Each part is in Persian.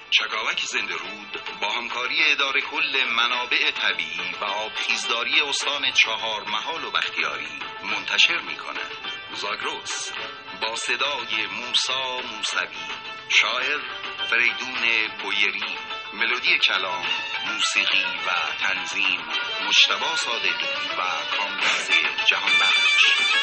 چکاوک زنده رود با همکاری اداره کل منابع طبیعی و آبخیزداری استان چهارمحال و بختیاری منتشر می‌کند. زاگرس با صدای موسی موسوی، شاعر فریدون بویری، ملودی کلام، موسیقی و تنظیم مجتبی صادقی و کامبیز جهانبخش.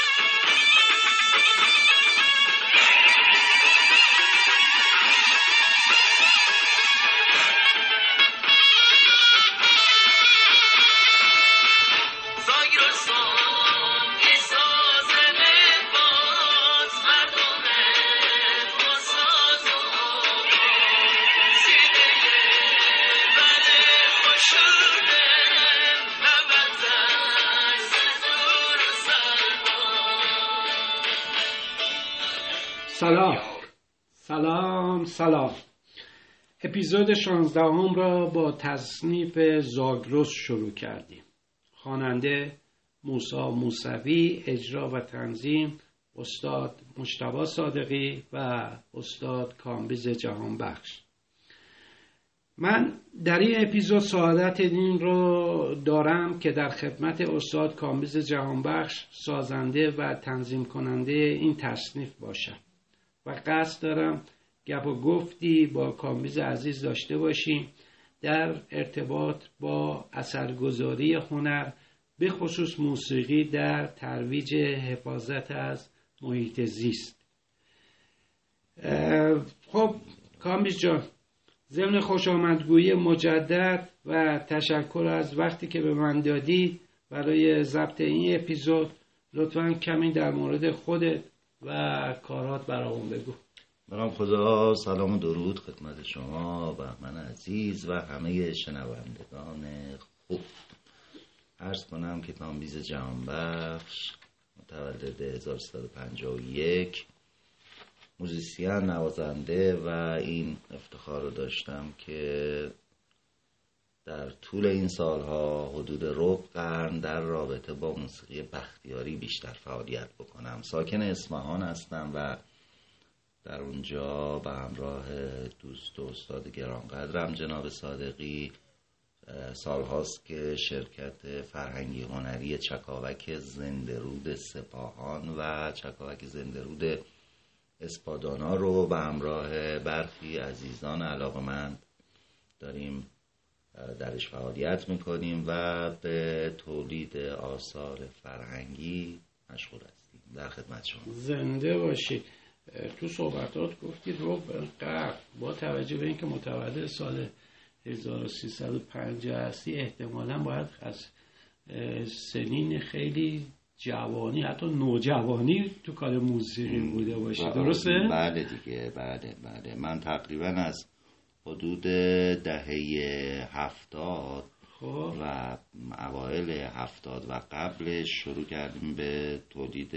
سلام. اپیزود 16 را با تصنیف زاگرس شروع کردیم. خواننده موسی موسوی، اجرا و تنظیم استاد مجتبی صادقی و استاد کامبیز جهانبخش. من در این اپیزود سعادت این رو دارم که در خدمت استاد کامبیز جهانبخش، سازنده و تنظیم کننده این تصنیف باشم و قصد دارم گپ و گفتی با کامبیز عزیز داشته باشیم در ارتباط با اثرگذاری هنر، به خصوص موسیقی، در ترویج حفاظت از محیط زیست. خب کامبیز جان، ضمن خوشامدگویی مجدد و تشکر از وقتی که به من دادی برای ضبط این اپیزود، لطفاً کمی در مورد خودت و کارات برامون بگو. برام خدا، سلام و درود خدمت شما و من عزیز و همه شنوندگان خوب. عرض کنم که کامبیز جهانبخش متولد 1351، موزیسین، نوازنده و این افتخار رو داشتم که در طول این سالها حدود ربع قرن در رابطه با موسیقی بختیاری بیشتر فعالیت بکنم. ساکن اصفهان هستم و در اونجا به همراه دوست و استاد گرانقدرم جناب صادقی سالهاست که شرکت فرهنگی هنری چکاوک زنده رود سپاهان و چکاوک زنده رود اسپادانا رو به همراه برخی عزیزان علاقه‌مند داریم درش فعالیت میکنیم و به تولید آثار فرهنگی مشغول هستیم. در خدمت شما. زنده باشید. تو صحبتات گفتید ربع قرن، با توجه به اینکه متولد سال 1350 هستی، احتمالاً باید از سنین خیلی جوانی، حتی نوجوانی تو کار موسیقی بوده باشی، درسته؟ بله دیگه، بله. من تقریباً از حدود دهه 70 و اوایل 70 و قبلش شروع کردیم به تولید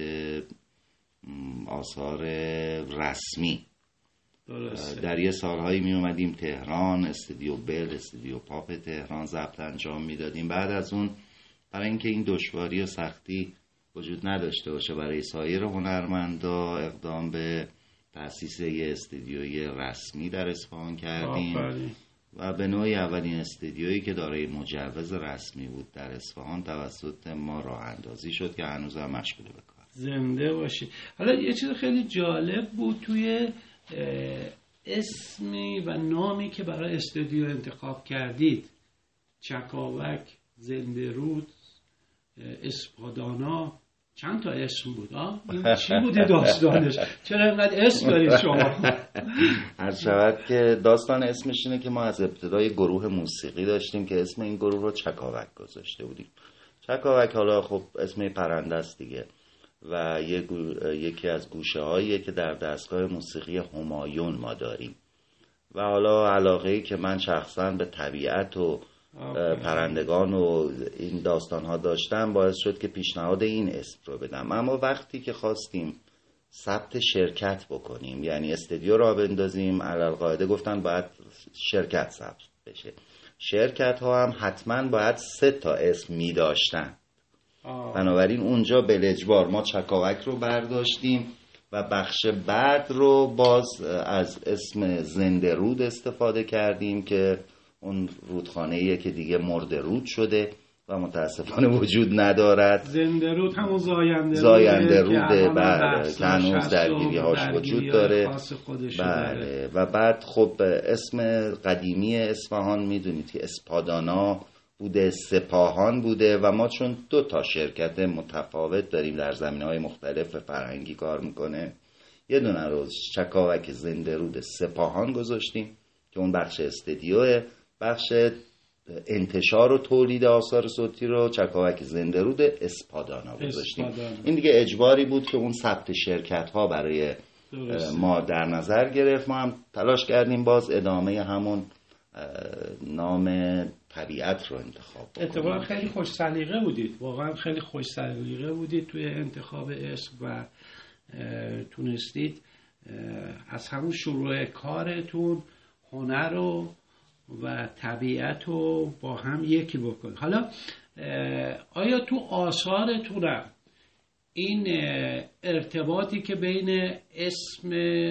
آثار رسمی. درسته. در یه سالهایی می اومدیم تهران، استودیو بل، استودیو پاپ تهران ضبط انجام میدادیم. بعد از اون برای اینکه این دشواری و سختی وجود نداشته باشه برای سایر هنرمندا، اقدام به تأسیس یه استودیوی رسمی در اصفهان کردیم و به نوعی اولین استودیویی که دارای مجوز رسمی بود در اصفهان توسط ما راه اندازی شد که هنوز هم مشغول به کار. زنده باشی. حالا یه چیز خیلی جالب بود توی اسمی و نامی که برای استودیو انتخاب کردید، چکاوک زنده رود اسپادانا. چند تا اسم بود؟ این چی بوده داستانش؟ چرا اینقدر اسم دارید شما؟ عرض شود که داستان اسمش اینه که ما از ابتدای گروه موسیقی داشتیم که اسم این گروه رو چکاوک گذاشته بودیم. چکاوک حالا خب اسم پرنده است دیگه و یکی از گوشه هاییه که در دستگاه موسیقی همایون ما داریم و حالا علاقه‌ای که من شخصا به طبیعت و پرندگان و این داستان ها داشتم باعث شد که پیشنهاد این اسم رو بدم. اما وقتی که خواستیم ثبت شرکت بکنیم، یعنی استودیو را بندازیم، علالقاعده گفتن باید شرکت ثبت بشه. شرکت ها هم حتما باید 3 تا اسم می داشتن. بنابراین اونجا به اجبار ما چکاوک رو برداشتیم و و بخش بعد رو باز از اسم زنده رود استفاده کردیم که اون رودخانه‌ایه که دیگه مرد رود شده و متاسفانه وجود ندارد. زنده رود همون زاینده روده، بله، که هنوز درگیری‌هاش وجود داره. بله. و بعد خب اسم قدیمی اصفهان میدونید که اسپادانا بوده، سپاهان بوده و ما چون 2 شرکت متفاوت داریم در زمینه‌های مختلف فرهنگی کار میکنه، یه دونه رو چکاوک زنده رود سپاهان گذاشتیم که اون بخش استدیوه، بخش انتشار و تولید آثار صوتی رو چکاوک زنده رود اسپادانا گذاشتیم. این دیگه اجباری بود که اون ثبت شرکت ها برای ما در نظر گرفت. ما هم تلاش کردیم باز ادامه همون نام طبیعت رو انتخاب بکنیم. اتفاقا خیلی خوش سلیقه بودید، واقعا خیلی خوش سلیقه بودید توی انتخاب اسم و تونستید از همون شروع کارتون هنر و طبیعت رو با هم یکی بکنید. حالا آیا تو آثارتونم این ارتباطی که بین اسم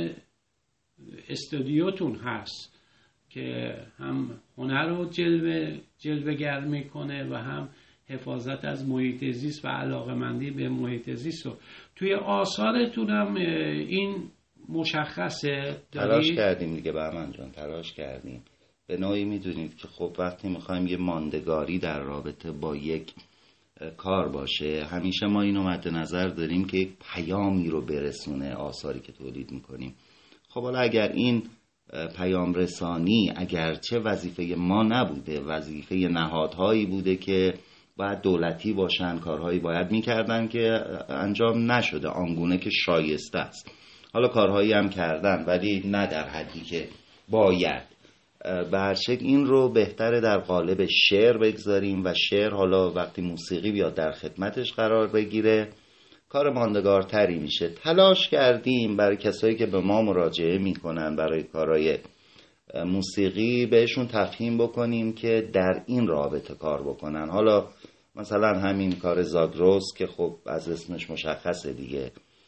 استودیوتون هست که هم هنر رو جلوه‌گر میکنه و هم حفاظت از محیط زیست و علاقه‌مندی به محیط زیست رو توی آثارتون هم این مشخصه؟ تلاش کردیم دیگه بهمن جان، تلاش کردیم. به نوعی میدونید که خب وقتی میخوایم یه ماندگاری در رابطه با یک کار باشه، همیشه ما اینو مد نظر داریم که یک پیامی رو برسونه آثاری که تولید میکنیم. خب حالا اگر این پیام رسانی اگرچه وظیفه ما نبوده، وظیفه نهادهایی بوده که باید دولتی باشن، کارهایی باید میکردن که انجام نشده آنگونه که شایسته است. حالا کارهایی هم کردن ولی نه در حدی که باید. به هر شکل این رو بهتره در قالب شعر بگذاریم و شعر حالا وقتی موسیقی بیاد در خدمتش قرار بگیره کار ماندگارتری میشه. تلاش کردیم برای کسایی که به ما مراجعه میکنن برای کارهای موسیقی بهشون تفهیم بکنیم که در این رابطه کار بکنن. حالا مثلا همین کار زاگرس که خب از اسمش مشخصه دیگه،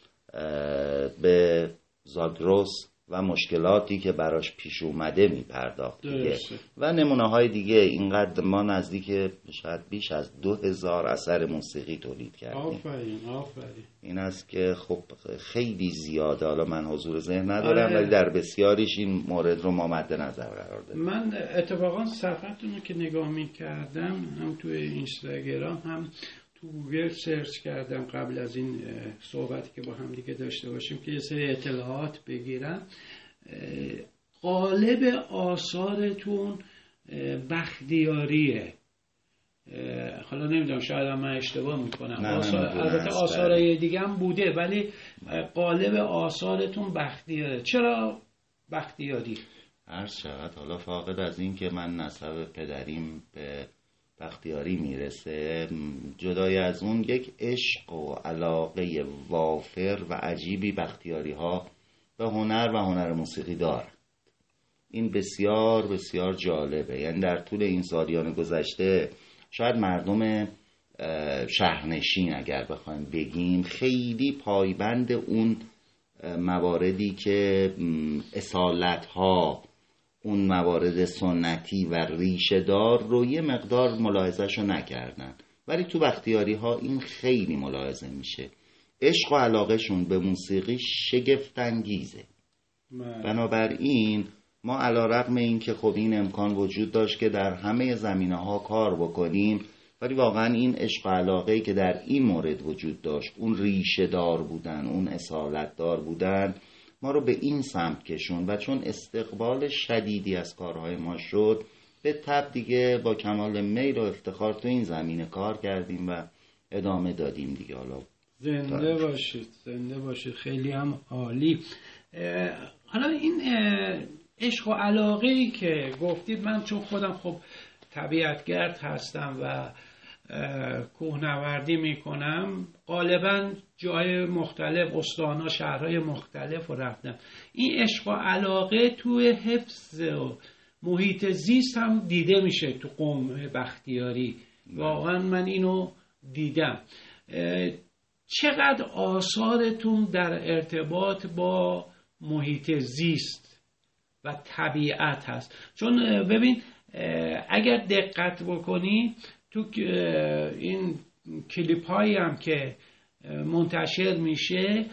به زاگرس و مشکلاتی که براش پیش اومده میپرداخت دیگه و نمونه های دیگه. اینقدر ما نزدیک شاید بیش از 2000 اثر موسیقی تولید کردیم. آفرین. این است که خب خیلی زیاده، حالا من حضور ذهن ندارم ولی در بسیاریش این مورد رو ما مد نظر قرار دادیم. من اتفاقا صفحتون رو که نگاه میکردم هم توی اینستاگرام هم تو گوگل سرچ کردم قبل از این صحبتی که با هم دیگه داشته باشیم که یه سری اطلاعات بگیرم. قالب آثارتون بختیاریه. حالا نمیدونم شاید من اشتباه میکنم، البته آثارهای دیگه هم بوده ولی قالب آثارتون بختیاریه. چرا بختیاری؟ هر چقدر حالا فاقد از این که من نسب پدریم به بختیاری میرسه، جدای از اون یک عشق و علاقه وافر و عجیبی بختیاری ها به هنر و هنر موسیقی دارد. این بسیار بسیار جالبه. یعنی در طول این سالیان گذشته شاید مردم شهرنشین اگر بخوایم بگیم خیلی پایبند اون مواردی که اصالت ها، اون موارد سنتی و ریشه دار رو یه مقدار ملاحظه‌شو نکردن، ولی تو بختیاری ها این خیلی ملاحظه میشه. عشق و علاقهشون به موسیقی شگفت انگیزه. بنابراین ما علیرغم این که خب این امکان وجود داشت که در همه زمینه ها کار بکنیم، ولی واقعا این عشق و علاقه‌ای که در این مورد وجود داشت، اون ریشه دار بودن، اون اصالت دار بودن، ما رو به این سمت کشون و چون استقبال شدیدی از کارهای ما شد، به تبع دیگه با کمال میل و افتخار تو این زمینه کار کردیم و ادامه دادیم دیگه. حالا زنده باشید، زنده باشید، خیلی هم عالی. حالا این عشق و علاقه‌ای که گفتید، من چون خودم خب طبیعتگرد هستم و کوهنوردی میکنم، غالبا جای مختلف، استان‌ها، شهرهای مختلف رو رفتم. این عشق و علاقه توی حفظ و محیط زیست هم دیده میشه تو قوم بختیاری. واقعا من اینو دیدم. چقدر آثارتون در ارتباط با محیط زیست و طبیعت هست. چون ببین اگر دقت بکنی تو این کلیپ هایی هم که منتشر میشه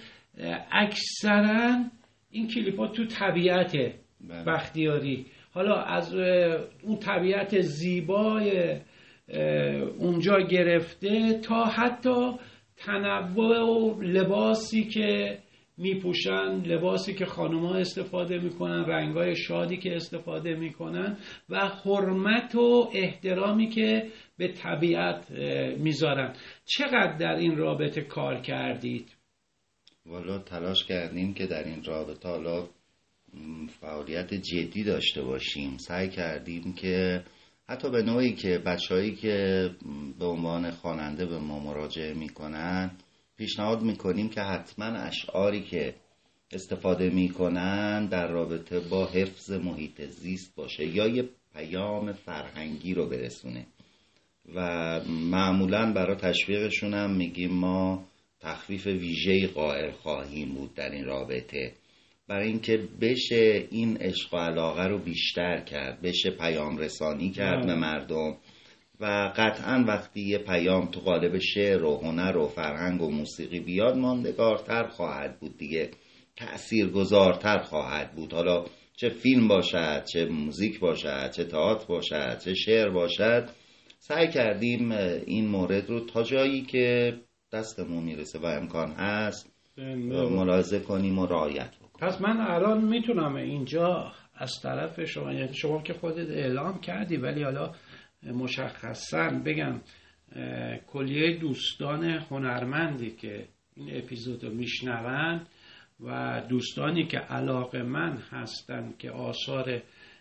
اکثرا این کلیپ ها تو طبیعت بختیاری، حالا از اون طبیعت زیبای اونجا گرفته تا حتی تنوع و لباسی که میپوشن، لباسی که خانوما استفاده میکنن، رنگای شادی که استفاده میکنن و حرمت و احترامی که به طبیعت میذارن. چقدر در این رابطه کار کردید؟ والا تلاش کردیم که در این رابطه حالا فعالیت جدی داشته باشیم. سعی کردیم که حتی به نوعی که بچه‌هایی که به عنوان خواننده به ما مراجعه میکنن پیشنهاد میکنیم که حتما اشعاری که استفاده میکنن در رابطه با حفظ محیط زیست باشه یا یه پیام فرهنگی رو برسونه و معمولا برای تشویقشون هم میگیم ما تخفیف ویژه‌ای قائل خواهیم بود در این رابطه، برای اینکه بشه این عشق و علاقه رو بیشتر کرد، بشه پیام رسانی کرد به مردم و قطعا وقتی یه پیام تو قالب شعر و هنر و فرهنگ و موسیقی بیاد ماندگارتر خواهد بود دیگه، تأثیرگذارتر خواهد بود. حالا چه فیلم باشد، چه موزیک باشد، چه تئاتر باشد، چه شعر باشد، سعی کردیم این مورد رو تا جایی که دستمون میرسه و امکان هست ملاحظه کنیم و رعایت بکنیم. پس من الان میتونم اینجا از طرف شما، یعنی شما که خودت اعلام کردی ولی حالا مشخصا بگم کلیه دوستان هنرمندی که این اپیزود رو میشنون و دوستانی که علاقه‌مند هستن که آثار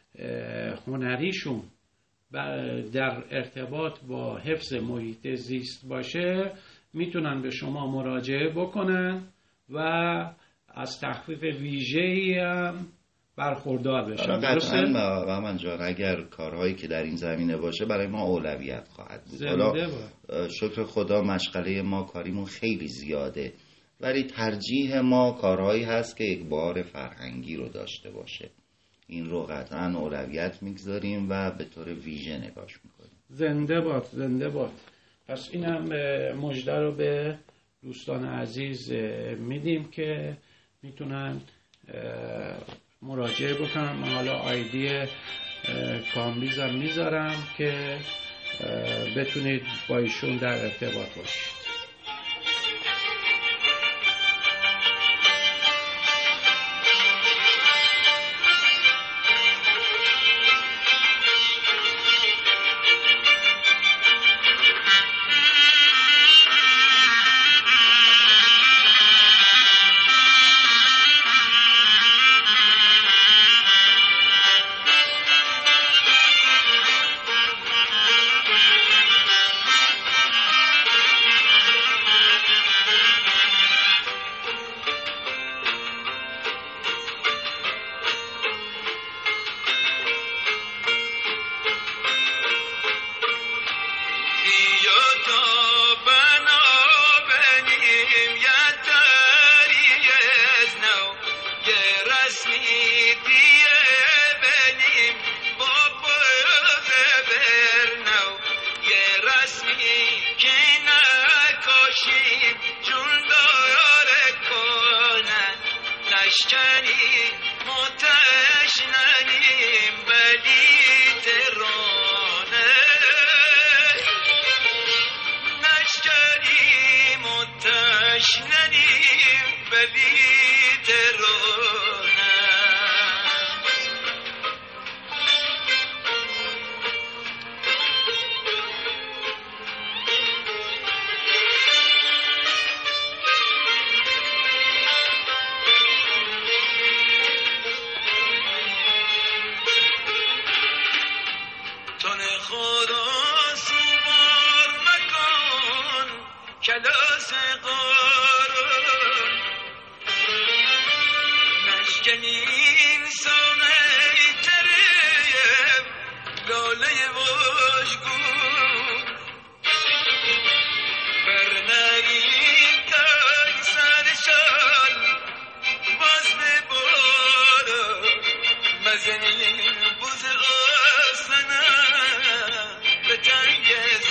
هنریشون در ارتباط با حفظ محیط زیست باشه میتونن به شما مراجعه بکنن و از تخفیف ویژه‌ای هم برخوردار بشن. قطعاً بهمن جان اگر کارهایی که در این زمینه باشه برای ما اولویت خواهد بود. حالا شکر خدا مشغله ما کاریمون خیلی زیاده ولی ترجیح ما کارهایی هست که یک بار فرهنگی رو داشته باشه. این رو قطعاً اولویت میگذاریم و به طور ویژه نگاش میکنیم. زنده باد، زنده باد. پس اینم مژده رو به دوستان عزیز میدیم که میتونن مراجعه بکنم. من حالا آیدی کامبیزم میذارم که بتونید با ایشون در ارتباط باشید. بوز آسنم به تنگ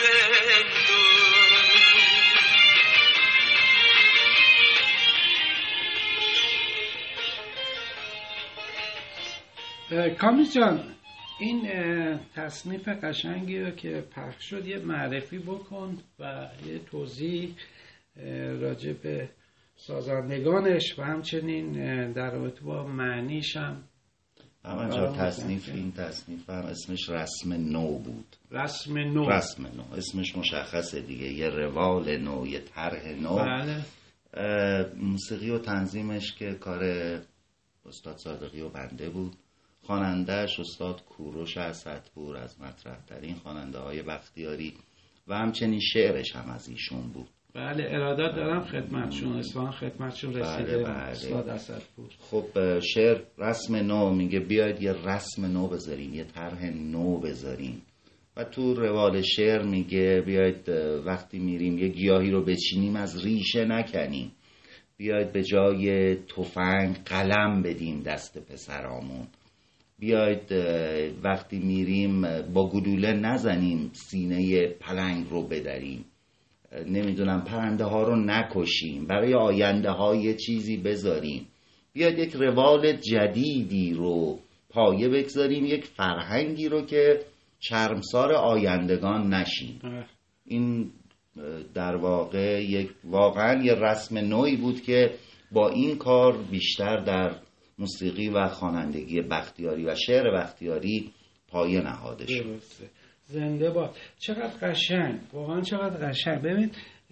زندون. کامیز جان، این تصنیف قشنگی رو که پخش شد یه معرفی بکن و یه توضیح راجع به سازندگانش و همچنین در رابطه با معنیش هم. همینجا تصنیف، این تصنیف هم اسمش رسم نو بود. رسم نو اسمش مشخصه دیگه، یه روال نو، یه طرح نو. بله. موسیقی و تنظیمش که کار استاد صادقی و بنده بود. خواننده‌اش استاد کوروش اسدپور از مطرح‌ترین خواننده های بختیاری و همچنین شعرش هم از ایشون بود. بله، ارادت دارم خدمتشون، اصفهان خدمتشون رسیده. بله. استاد اسدپور. خب شعر رسم نو میگه بیاید یه رسم نو بذاریم، یه طرح نو بذاریم. و تو روال شعر میگه بیاید وقتی میریم یه گیاهی رو بچینیم از ریشه نکنیم، بیاید به جای تفنگ قلم بدیم دست پسرامون، بیاید وقتی میریم با گلوله نزنیم سینه پلنگ رو بدریم، نمیدونم پرنده ها رو نکشیم، برای آینده ها یه چیزی بذاریم، بیاید یک روال جدیدی رو پایه بگذاریم، یک فرهنگی رو که شرمسار آیندگان نشیم. این در واقع واقعا یه رسم نوعی بود که با این کار بیشتر در موسیقی و خوانندگی بختیاری و شعر بختیاری پایه نهاده شد. زنده باد. چقدر قشنگ، واقعا چقدر قشنگ. ببین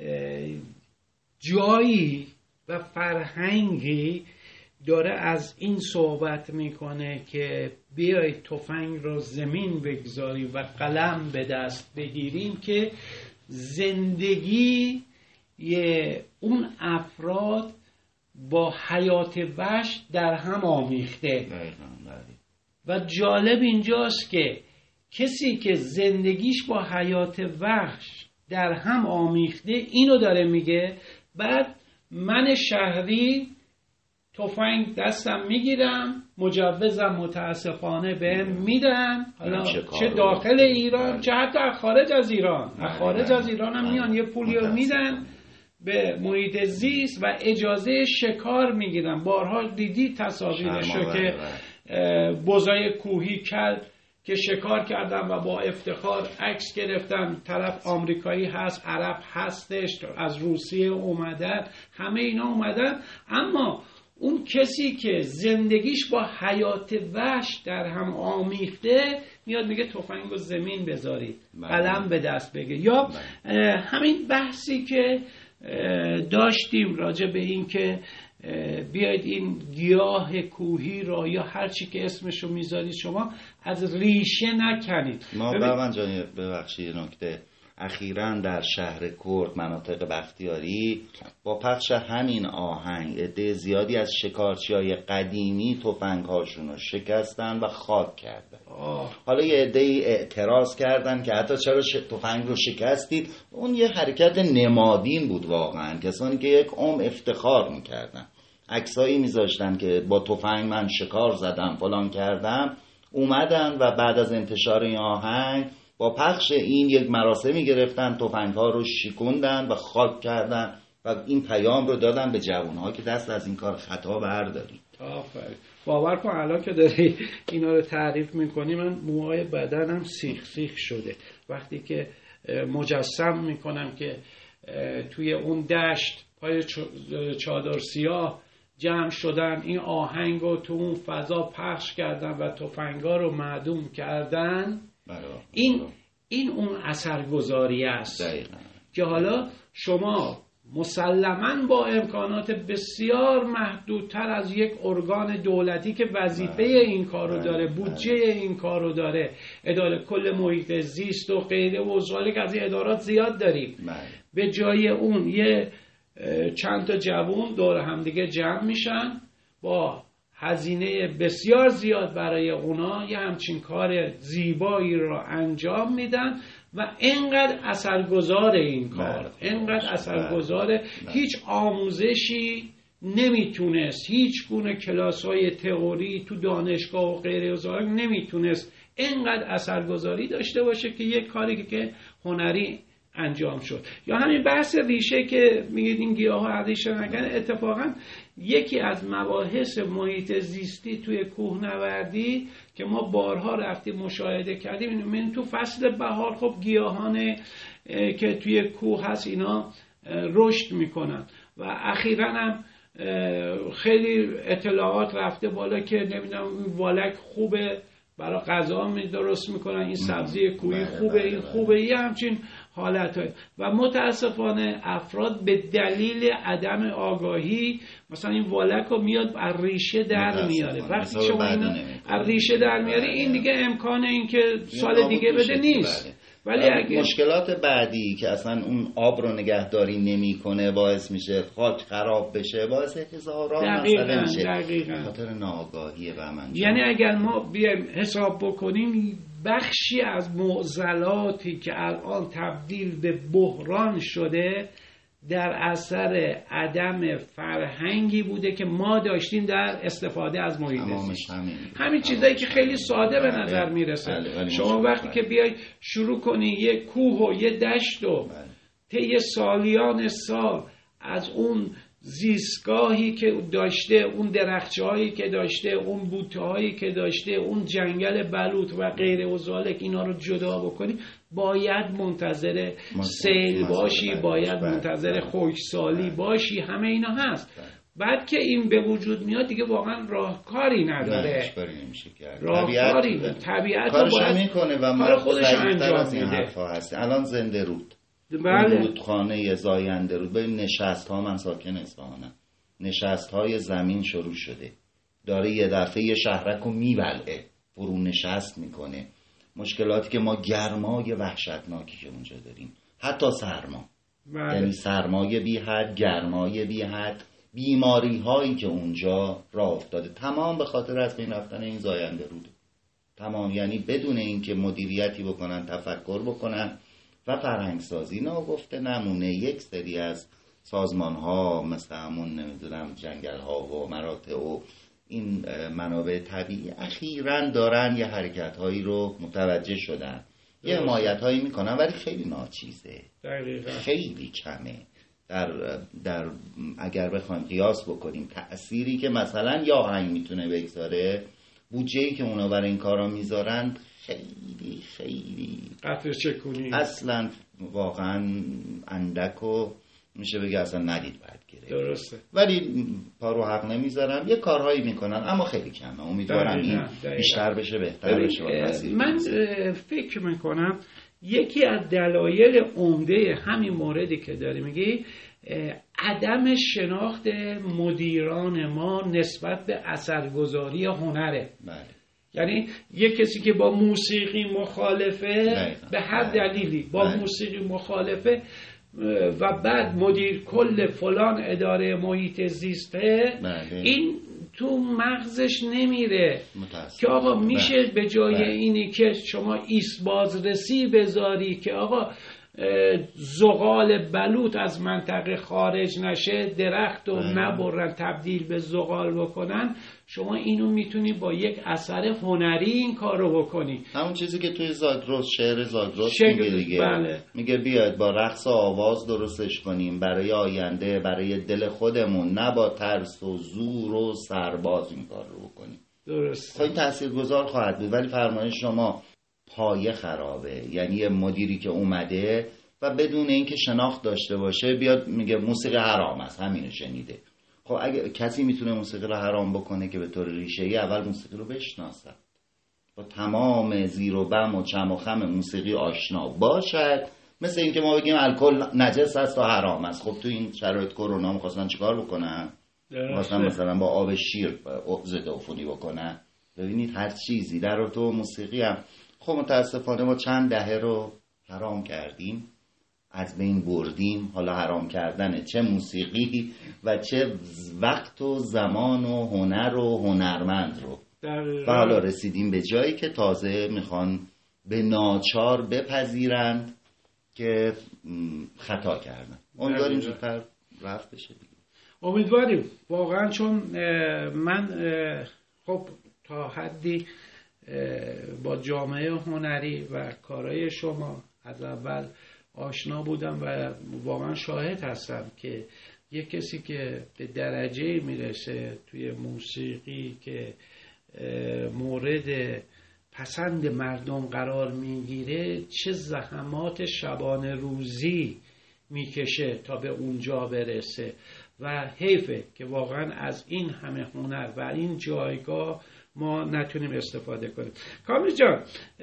جایی و فرهنگی داره از این صحبت میکنه که بیایید تفنگ رو زمین بگذاریم و قلم به دست بگیریم که زندگی اون افراد با حیات وحش در هم آمیخته. و جالب اینجاست که کسی که زندگیش با حیات وحش در هم آمیخته اینو داره میگه، بعد من شهری تفنگ دستم میگیرم، مجوزم متاسفانه بهم میدن، حالا چه داخل ایران چه حتی خارج از ایران. خارج از ایران هم میان یه پولی رو میدن به محیط زیست و اجازه شکار میگیرن. بارها دیدی تصاویرشو که بزای کوهی کرد که شکار کردن و با افتخار عکس گرفتن، طرف آمریکایی هست، عرب هستش، از روسیه اومدن، همه اینا اومدن. اما اون کسی که زندگیش با حیات وحش در هم آمیخته میاد میگه تفنگ رو زمین بذارید، قلم به دست بگه. یا همین بحثی که داشتیم راجع به این که بیاید این گیاه کوهی را یا هر چی که اسمشو میذارید شما از ریشه نکنید. ما برمن جانی ببخشید نکته، اخیراً در شهر کرد مناطق بختیاری با پخش همین آهنگ عده زیادی از شکارچی‌های قدیمی تفنگ‌هاشون رو شکستن و خاک کردن. حالا یه عده اعتراض کردن که حتی چرا تفنگ رو شکستید؟ اون یه حرکت نمادین بود واقعاً. کسانی که یک عمر افتخار میکردن، عکسایی میذاشتن که با تفنگ من شکار زدم فلان کردم، اومدن و بعد از انتشار این آهنگ با پخش این یک مراسمی گرفتن، تفنگ‌ها رو شکوندن و خاک کردن و این پیام رو دادن به جوان‌ها که دست از این کار خطا بردارید. آفرین. باور کن الان که داری اینا رو تعریف میکنی من موهای بدنم سیخ سیخ شده وقتی که مجسم میکنم که توی اون دشت پای چادر سیاه جمع شدن، این آهنگ رو تو اون فضا پخش کردن و تفنگ‌ها رو معدوم کردن. این اون اثرگذاری است که حالا شما مسلماً با امکانات بسیار محدودتر از یک ارگان دولتی که وظیفه این کارو داره، بودجه این کارو داره، اداره کل محیط زیست و غیره و اشغالی که از این ادارات زیاد داریم، به جای اون یه چند تا جوون دور همدیگه جمع میشن با هزینه بسیار زیاد برای اونا یه همچین کار زیبایی رو انجام میدن و اینقدر اثرگذار این کار، اینقدر اثرگذاره، هیچ آموزشی نمیتونست هیچ گونه کلاس‌های تئوری تو دانشگاه و غیره و ذالک نمیتونست اینقدر اثرگذاری داشته باشه که یک کاری که هنری انجام شد. یا همین بحث ریشه که میگید این گیاها ریشه نکنه، اتفاقا یکی از مباحث محیط زیستی توی کوهنوردی که ما بارها رفتیم مشاهده کردیم، من تو فصل بهار خب گیاهان که توی کوه هست اینا رشد میکنن و اخیراً هم خیلی اطلاعات رفته بالا که نمیدونم والک خوبه برای غذا درست میکنن، این سبزی کوهی خوبه، این خوبه، یه همچین حالتهای. و متاسفانه افراد به دلیل عدم آگاهی مثلا این والک رو میاد از ریشه در میاره. وقتی شما اینو از ریشه در میاره این دیگه امکان این که سال دیگه بده نیست. ولی اگه مشکلات بعدی که اصلا اون آب رو نگهداری نمیکنه باعث میشه خاک خراب بشه، باعث هزاران مسئله میشه، خاطر ناآگاهی و من. یعنی اگر ما بیایم حساب بکنیم بخشی از معضلاتی که الان تبدیل به بحران شده در اثر عدم فرهنگی بوده که ما داشتیم در استفاده از محیط زیست. همین چیزایی که خیلی ساده به نظر میرسه. شما وقتی که بیای شروع کنی یک کوه و یک دشت و طی سالیان سال از اون زیستگاهی که داشته، اون درختهایی که داشته، اون بوتهایی که داشته، اون جنگل بلوط و غیره و ذالک، اینا رو جدا بکنی، باید منتظر سیل باشی، باید منتظر خشکسالی باشی، همه اینا هست. بعد که این به وجود میاد دیگه واقعا راهکاری نداره، راهکاری طبیعت کارش میکنه و کار خودش انجام میده. الان زنده رود، بله. رودخانه زاینده رود، ببین نشست ها، من ساکن اصفهانم، نشست های زمین شروع شده، داره یه دفعه یه شهرک رو میبلعه، فرو نشست میکنه. مشکلاتی که ما گرمای وحشتناکی که اونجا داریم، حتی سرما، بله. یعنی سرمایه بی حد، گرمای بی حد، بیماری هایی که اونجا راه افتاده، تمام به خاطر از بین رفتن این زاینده روده. تمام، یعنی بدون اینکه مدیریتی بکنن، تفکر بکنن و فرهنگ سازی. گفته نمونه یک سری از سازمان ها مثل همون نمیدونم جنگل ها و مراتع و این منابع طبیعی اخیراً دارن یه حرکت هایی رو متوجه شدن، یه حمایت هایی میکنن، ولی خیلی ناچیزه، خیلی کمه. در اگر بخوایم قیاس بکنیم تأثیری که مثلا یا آهنگ میتونه بگذاره، بودجه‌ای که اونا برای این کارا میذارن خیلی خیلی قطره چکونی، اصلا واقعا اندک و میشه بگه اصلا ندید باید گرفت. درسته. ولی پارو حق نمیذارن، یه کارهایی میکنن اما خیلی کمه. امیدوارم این بیشتر بشه، بهتر بشه. من فکر میکنم یکی از دلایل عمده همین موردی که داری میگی عدم شناخت مدیران ما نسبت به اثرگذاری هنره. بله. یعنی یک کسی که با موسیقی مخالفه به هر دلیلی با موسیقی مخالفه و بعد مدیر کل فلان اداره محیط زیسته، این تو مغزش نمیره که آقا میشه به جای اینی که شما ایست بازرسی بذاری که آقا زغال بلوط از منطقه خارج نشه، درخت رو نبرن تبدیل به زغال بکنن، شما اینو میتونی با یک اثر هنری این کار رو بکنی. همون چیزی که توی زاگرس، شعر زاگرس میگه دیگه. بله. میگه بیاید با رقص و آواز درستش کنیم برای آینده، برای دل خودمون، نه با ترس و زور و سرباز این کار رو بکنیم. درست. خب این تاثیرگذار خواهد بود، ولی فرمایش شما پایه خرابه. یعنی یه مدیری که اومده و بدون اینکه شناخت داشته باشه بیاد میگه موسیقی حرام است، همینو شنیده. خب اگه کسی میتونه موسیقی رو حرام بکنه که به طور ریشه‌ای اول موسیقی رو بشناسه، با تمام زیر و بم و چم و خم موسیقی آشنا باشد. مثل اینکه ما بگیم الکل نجس است و حرام است. خب تو این شرایط کرونا می‌خواستن چیکار بکنن؟ می‌خواستن مثلا با آب شیر ضد عفونی بکنن. ببینید هر چیزی در تو موسیقی هم. خب متاسفانه ما چند دهه رو حرام کردیم، از بین بردیم. حالا حرام کردن چه موسیقی و چه وقت و زمان و هنر و هنرمند رو. و حالا رسیدیم به جایی که تازه میخوان به ناچار بپذیرند که خطا کردن. امیدواریم زودتر رفت بشه دیگه. امیدواریم واقعا، چون من خب تا حدی با جامعه هنری و کارهای شما از اول آشنا بودم و واقعا شاهد هستم که یک کسی که به درجه میرسه توی موسیقی که مورد پسند مردم قرار میگیره، چه زحمات شبانه روزی میکشه تا به اونجا برسه و حیفه که واقعا از این همه هنر و این جایگاه ما نتونیم استفاده کنیم. کامل جان،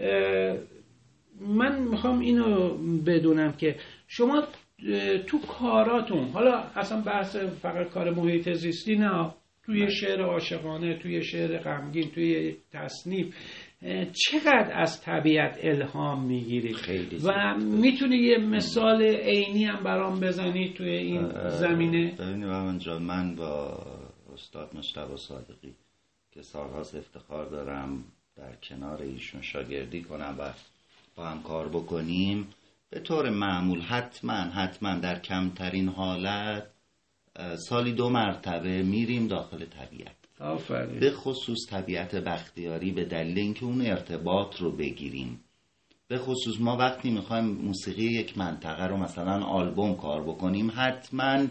من میخوام اینو بدونم که شما تو کاراتون، حالا اصلا بحث فقط کار محیط زیستی نه، توی شعر عاشقانه، توی شعر غمگین، توی تصنیف، چقدر از طبیعت الهام میگیری و میتونی یه مثال عینی هم برام بزنی توی این زمینه؟ ببینید بهمن جان، من با استاد مجتبی صادقی که سالهاست افتخار دارم در کنار ایشون شاگردی کنم و با هم کار بکنیم، به طور معمول حتما در کمترین حالت سالی 2 مرتبه میریم داخل طبیعت. آفرین. به خصوص طبیعت بختیاری، به دلیل اینکه اون ارتباط رو بگیریم. به خصوص ما وقتی میخوایم موسیقی یک منطقه رو مثلا آلبوم کار بکنیم، حتما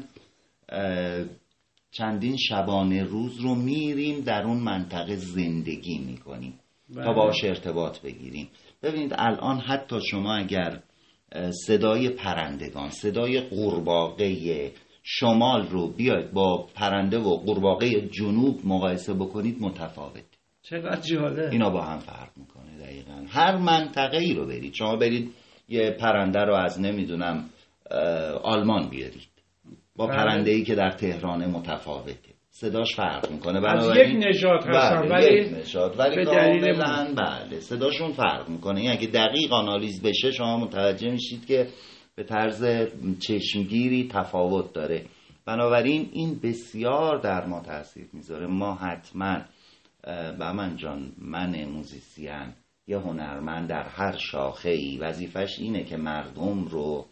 چندین شبانه روز رو میریم در اون منطقه زندگی میکنیم تا باهاش ارتباط بگیریم. ببینید الان حتی شما اگر صدای پرندگان، صدای قورباغه شمال رو بیاید با پرنده و قورباغه جنوب مقایسه بکنید، متفاوت. چقدر جالب. اینا با هم فرق میکنه. دقیقاً هر منطقه ای رو برید، شما برید یه پرنده رو از نمیدونم آلمان بیارید با پرنده ای که در تهران، متفاوته، صداش فرق میکنه. از یک نژاد هستن ولی کاملا بله صداشون فرق میکنه. این اگه دقیق آنالیز بشه شما متوجه میشید که به طرز چشمگیری تفاوت داره. بنابراین این بسیار در ما تاثیر میذاره. ما حتما بهمن جان، من موزیسین، یه هنرمند در هر شاخه‌ای وظیفش اینه که مردم رو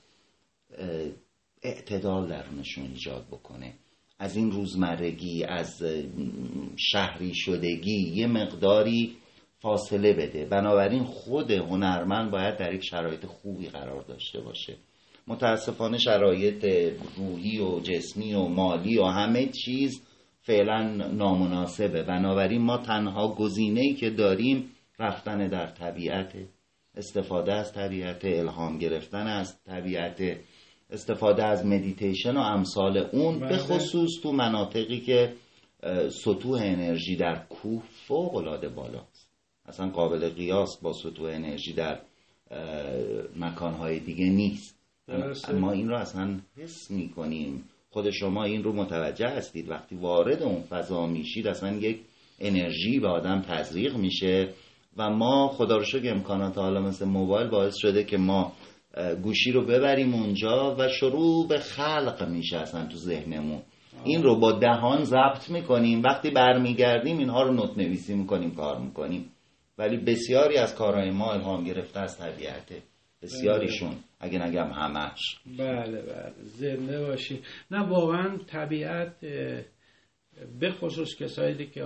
اعتدال درونشون ایجاد بکنه، از این روزمرگی، از شهری شدگی یه مقداری فاصله بده. بنابراین خود هنرمند باید در یک شرایط خوبی قرار داشته باشه. متاسفانه شرایط روحی و جسمی و مالی و همه چیز فعلا نامناسبه. بنابراین ما تنها گزینه‌ای که داریم رفتن در طبیعت، استفاده از طبیعت، الهام گرفتن از طبیعت، استفاده از مدیتیشن و امثال اون. به خصوص تو مناطقی که سطوح انرژی در کوه فوق‌العاده بالاست، اصلا قابل قیاس با سطوح انرژی در مکانهای دیگه نیست. ما این رو اصلا حس می‌کنیم. خود شما این رو متوجه هستید، وقتی وارد اون فضا میشید اصلا یک انرژی به آدم تزریق میشه و ما خدا رو شکر امکانات حالا مثل موبایل باعث شده که ما گوشی رو ببریم اونجا و شروع به خلق میشه اصلا تو ذهنمون. این رو با دهان ضبط میکنیم، وقتی برمیگردیم اینها رو نوت نویسی میکنیم، کار میکنیم. ولی بسیاری از کارهای ما الهام گرفته از طبیعته، بسیاریشون، اگه نگم همش. بله زنده باشی. نه واقعا طبیعت، به خصوص کسایی که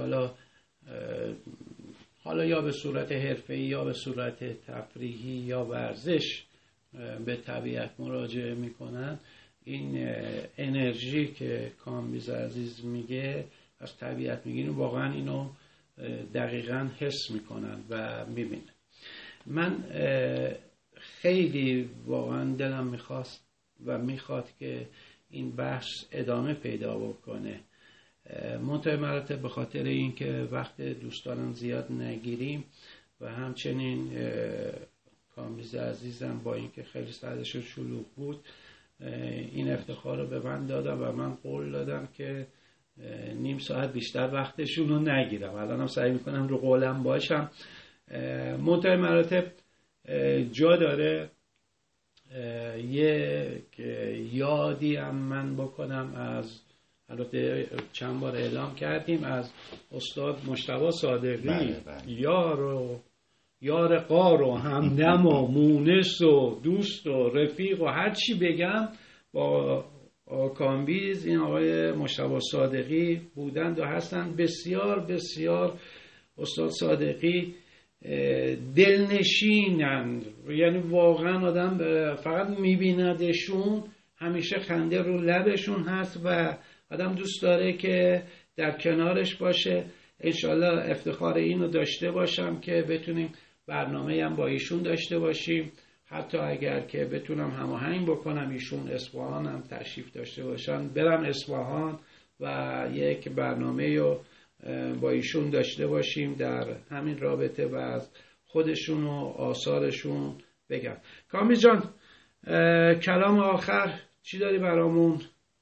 حالا یا به صورت حرفه‌ای یا به صورت تفریحی یا ورزش به طبیعت مراجعه میکنن، این انرژی که کامبیز عزیز میگه از طبیعت میگیرن، واقعا اینو دقیقاً حس میکنن و میبینن. من خیلی واقعا دلم میخواست و میخواد که این بحث ادامه پیدا بکنه، منتهی مراتب به خاطر اینکه وقت دوستانم زیاد نگیریم و همچنین کامبیز عزیزم با اینکه خیلی سرشون شلوغ بود این افتخار رو به من دادم و من قول دادم که نیم ساعت بیشتر وقتشون رو نگیرم. الانم سعی میکنم رو قولم باشم. منتهی مراتب جا داره یک یادی هم من بکنم از، البته چند بار اعلام کردیم، از استاد مجتبی صادقی. یار قار و همدم و مونس و دوست و رفیق و هر چی بگم با کامبیز، این آقای مجتبی صادقی بودند و هستند. بسیار بسیار استاد صادقی دلنشینند، یعنی واقعا آدم فقط میبیندشون همیشه خنده رو لبشون هست و آدم دوست داره که در کنارش باشه. انشالله افتخار اینو داشته باشم که بتونیم برنامه هم با ایشون داشته باشیم، حتی اگر که بتونم هماهنگ بکنم ایشون اصفهان هم تشریف داشته باشن، برم اصفهان و یک برنامه رو با ایشون داشته باشیم در همین رابطه و از خودشون و آثارشون بگم. کامبیز جان، کلام آخر چی داری برامون؟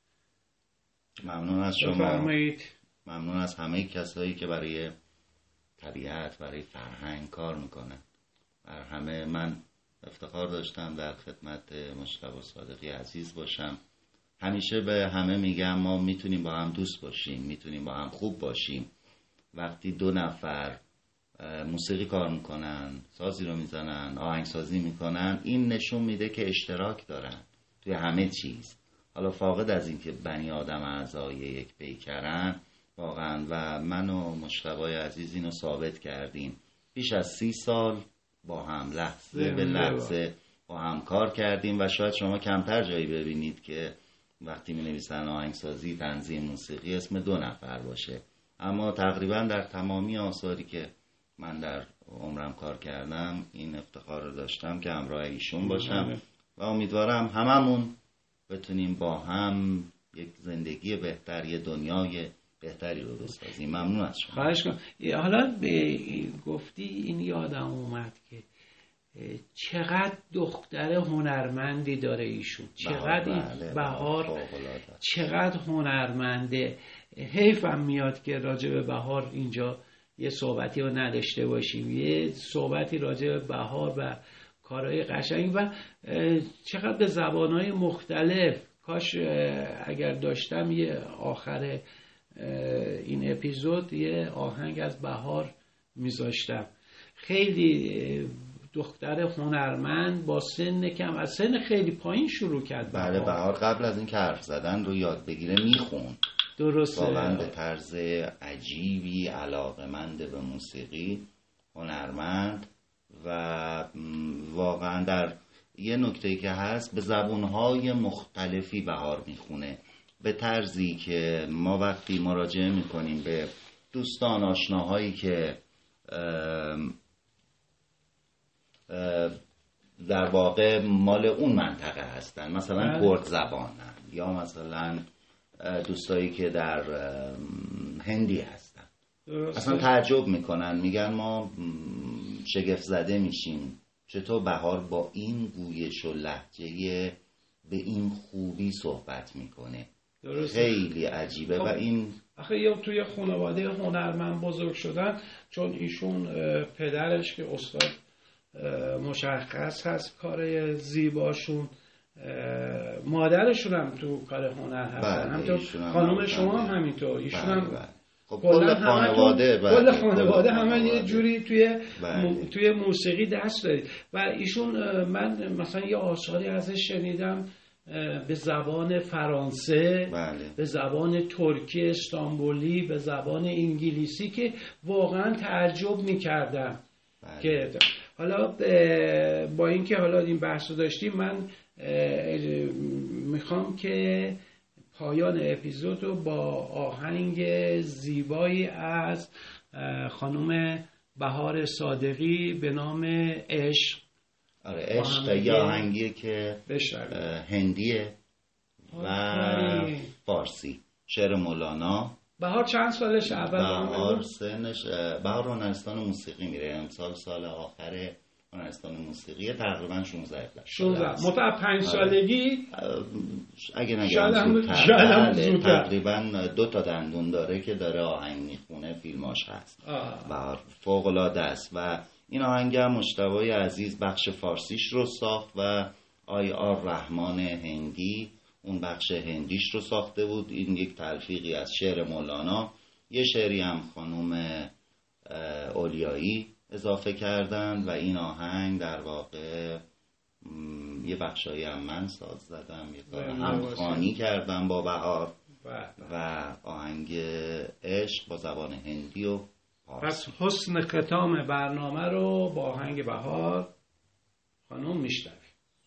ممنون از شما. بفرمایید. ممنون از همه کسایی که برای طبیعت، برای فرهنگ کار میکنن. بر همه من افتخار داشتم در خدمت مجتبی صادقی عزیز باشم. همیشه به همه میگم ما میتونیم با هم دوست باشیم، میتونیم با هم خوب باشیم وقتی دو نفر موسیقی کار میکنن، سازی رو میزنن، آهنگسازی میکنن. این نشون میده که اشتراک دارن توی همه چیز. حالا فاقد از این که بنی آدم اعضای یک پیکرن واقعا، و من و مجتبی عزیز اینو ثابت کردیم. بیش از 30 سال با هم لحظه به لحظه با هم کار کردیم و شاید شما کمتر جایی ببینید که وقتی می نویسن آهنگسازی، تنظیم، موسیقی اسم 2 نفر باشه. اما تقریبا در تمامی آثاری که من در عمرم کار کردم این افتخار رو داشتم که همراه ایشون باشم و امیدوارم هممون بتونیم با هم یک زندگی بهتر، یک دنیای بهتری رو بسازیم. ممنون از شما. خواهش کنم. حالا گفتی این یادم اومد که چقدر دختر هنرمندی داره ایشون، چقدر بهار چقدر هنرمنده. حیفم میاد که راجع به بهار اینجا یه صحبتی رو نداشته باشیم، یه صحبتی راجع به بهار و کارهای قشنگ و چقدر به زبانهای مختلف. کاش اگر داشتم یه آخر این اپیزود یه آهنگ از بهار میذاشتم. خیلی دختر هنرمند با سن کم، از سن خیلی پایین شروع کرد. بله، بهار قبل از این که حرف زدن رو یاد بگیره میخوند. درسته. واقعا به طرز عجیبی علاقه‌مند به موسیقی، هنرمند و واقعا در یه نکته‌ای که هست به زبون‌های مختلفی بهار میخونه، به طرزی که ما وقتی مراجعه میکنیم به دوستان آشناهایی که در واقع مال اون منطقه هستن، مثلا کرد زبانن یا مثلا دوستایی که در هندی هستن، اصلا تعجب میکنن، میگن ما شگفت زده میشیم چطور بهار با این گویش و لهجه به این خوبی صحبت میکنه. درسته. خیلی عجیبه. و این آخه یا توی خانواده هنرمند بزرگ شدن، چون ایشون پدرش که استاد مشخص هست کار زیباشون، مادرشون هم تو کار هنر هستن، همینطور خانم شما هم همینطور، ایشون هم خب کل خانواده همه یه جوری توی موسیقی دست دارید. و ایشون من مثلا یه آثاری ازش شنیدم به زبان فرانسه، به زبان ترکی استانبولی، به زبان انگلیسی که واقعا تعجب می‌کردم. که حالا با اینکه حالا این بحث رو داشتیم، من میخوام که پایان اپیزود رو با آهنگ زیبایی از خانم بهار صادقی به نام عشق. آره، عشق یه آهنگیه که هندیه و فارسی، شعر مولانا. بهار چند سالشه؟ بهار سنش، بهار هنرستان موسیقی میره امسال، سال آخر هنرستان موسیقی، تقریبا 16 متأ 5 سالگی اگه نگم زودتر، تقریبا 2 تا دندون داره که داره آهنگ میخونه، فیلماش هست. بهار فوق العاده است. و این آهنگ هم مجتبی عزیز بخش فارسیش رو ساخت و آی آر رحمان هندی اون بخش هندیش رو ساخته بود. این یک تلفیقی از شعر مولانا، یه شعری هم خانوم اولیایی اضافه کردن و این آهنگ در واقع یه بخشایی هم من ساز زدم، یه کار همخوانی کردم با بهار و آهنگ عشق با زبان هندی و پس حسن ختام برنامه رو با آهنگ بهار خانم میشنویم.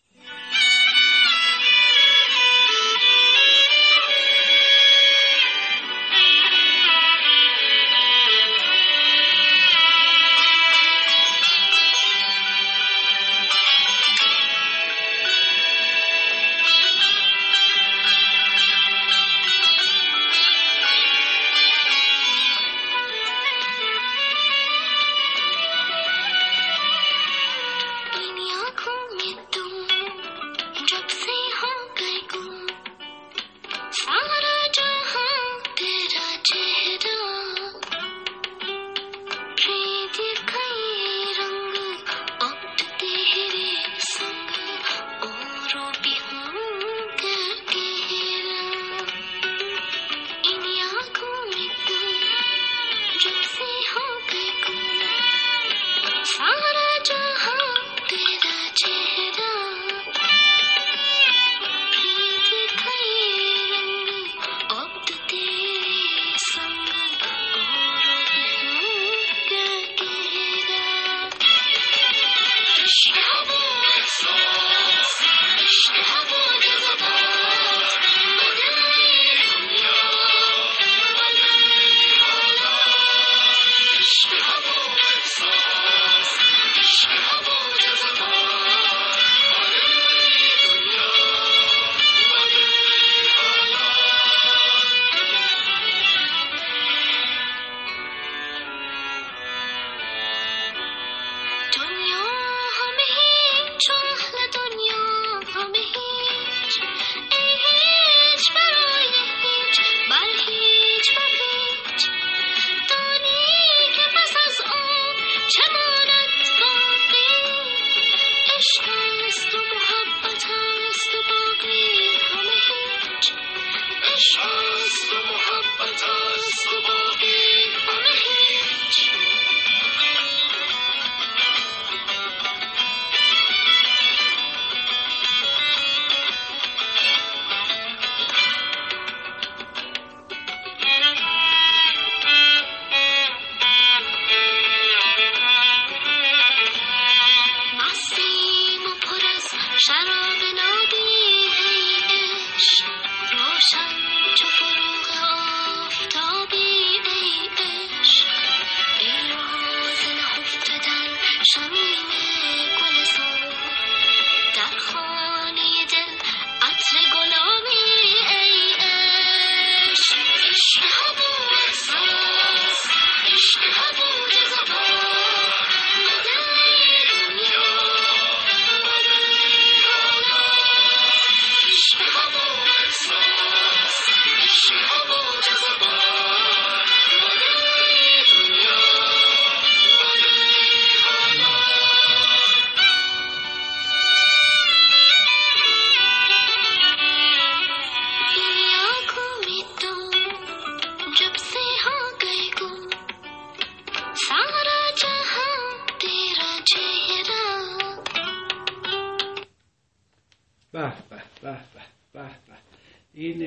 این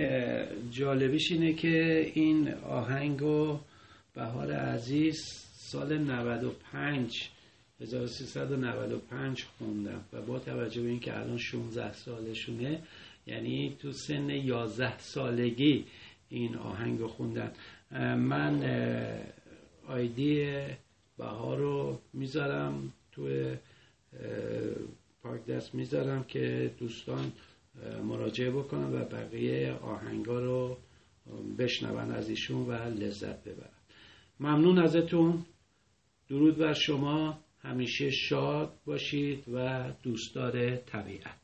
جالبیش اینه که این آهنگو بهار عزیز سال 1395 خوندم و با توجه به این که الان 16 سالشونه، یعنی تو سن 11 سالگی این آهنگو خوندن. من آیدی بهار رو میذارم توی پاک دست میذارم که دوستان مراجعه بکنن و بقیه آهنگا رو بشنون از ایشون و لذت ببرن. ممنون ازتون. درود بر شما. همیشه شاد باشید و دوستدار طبیعت.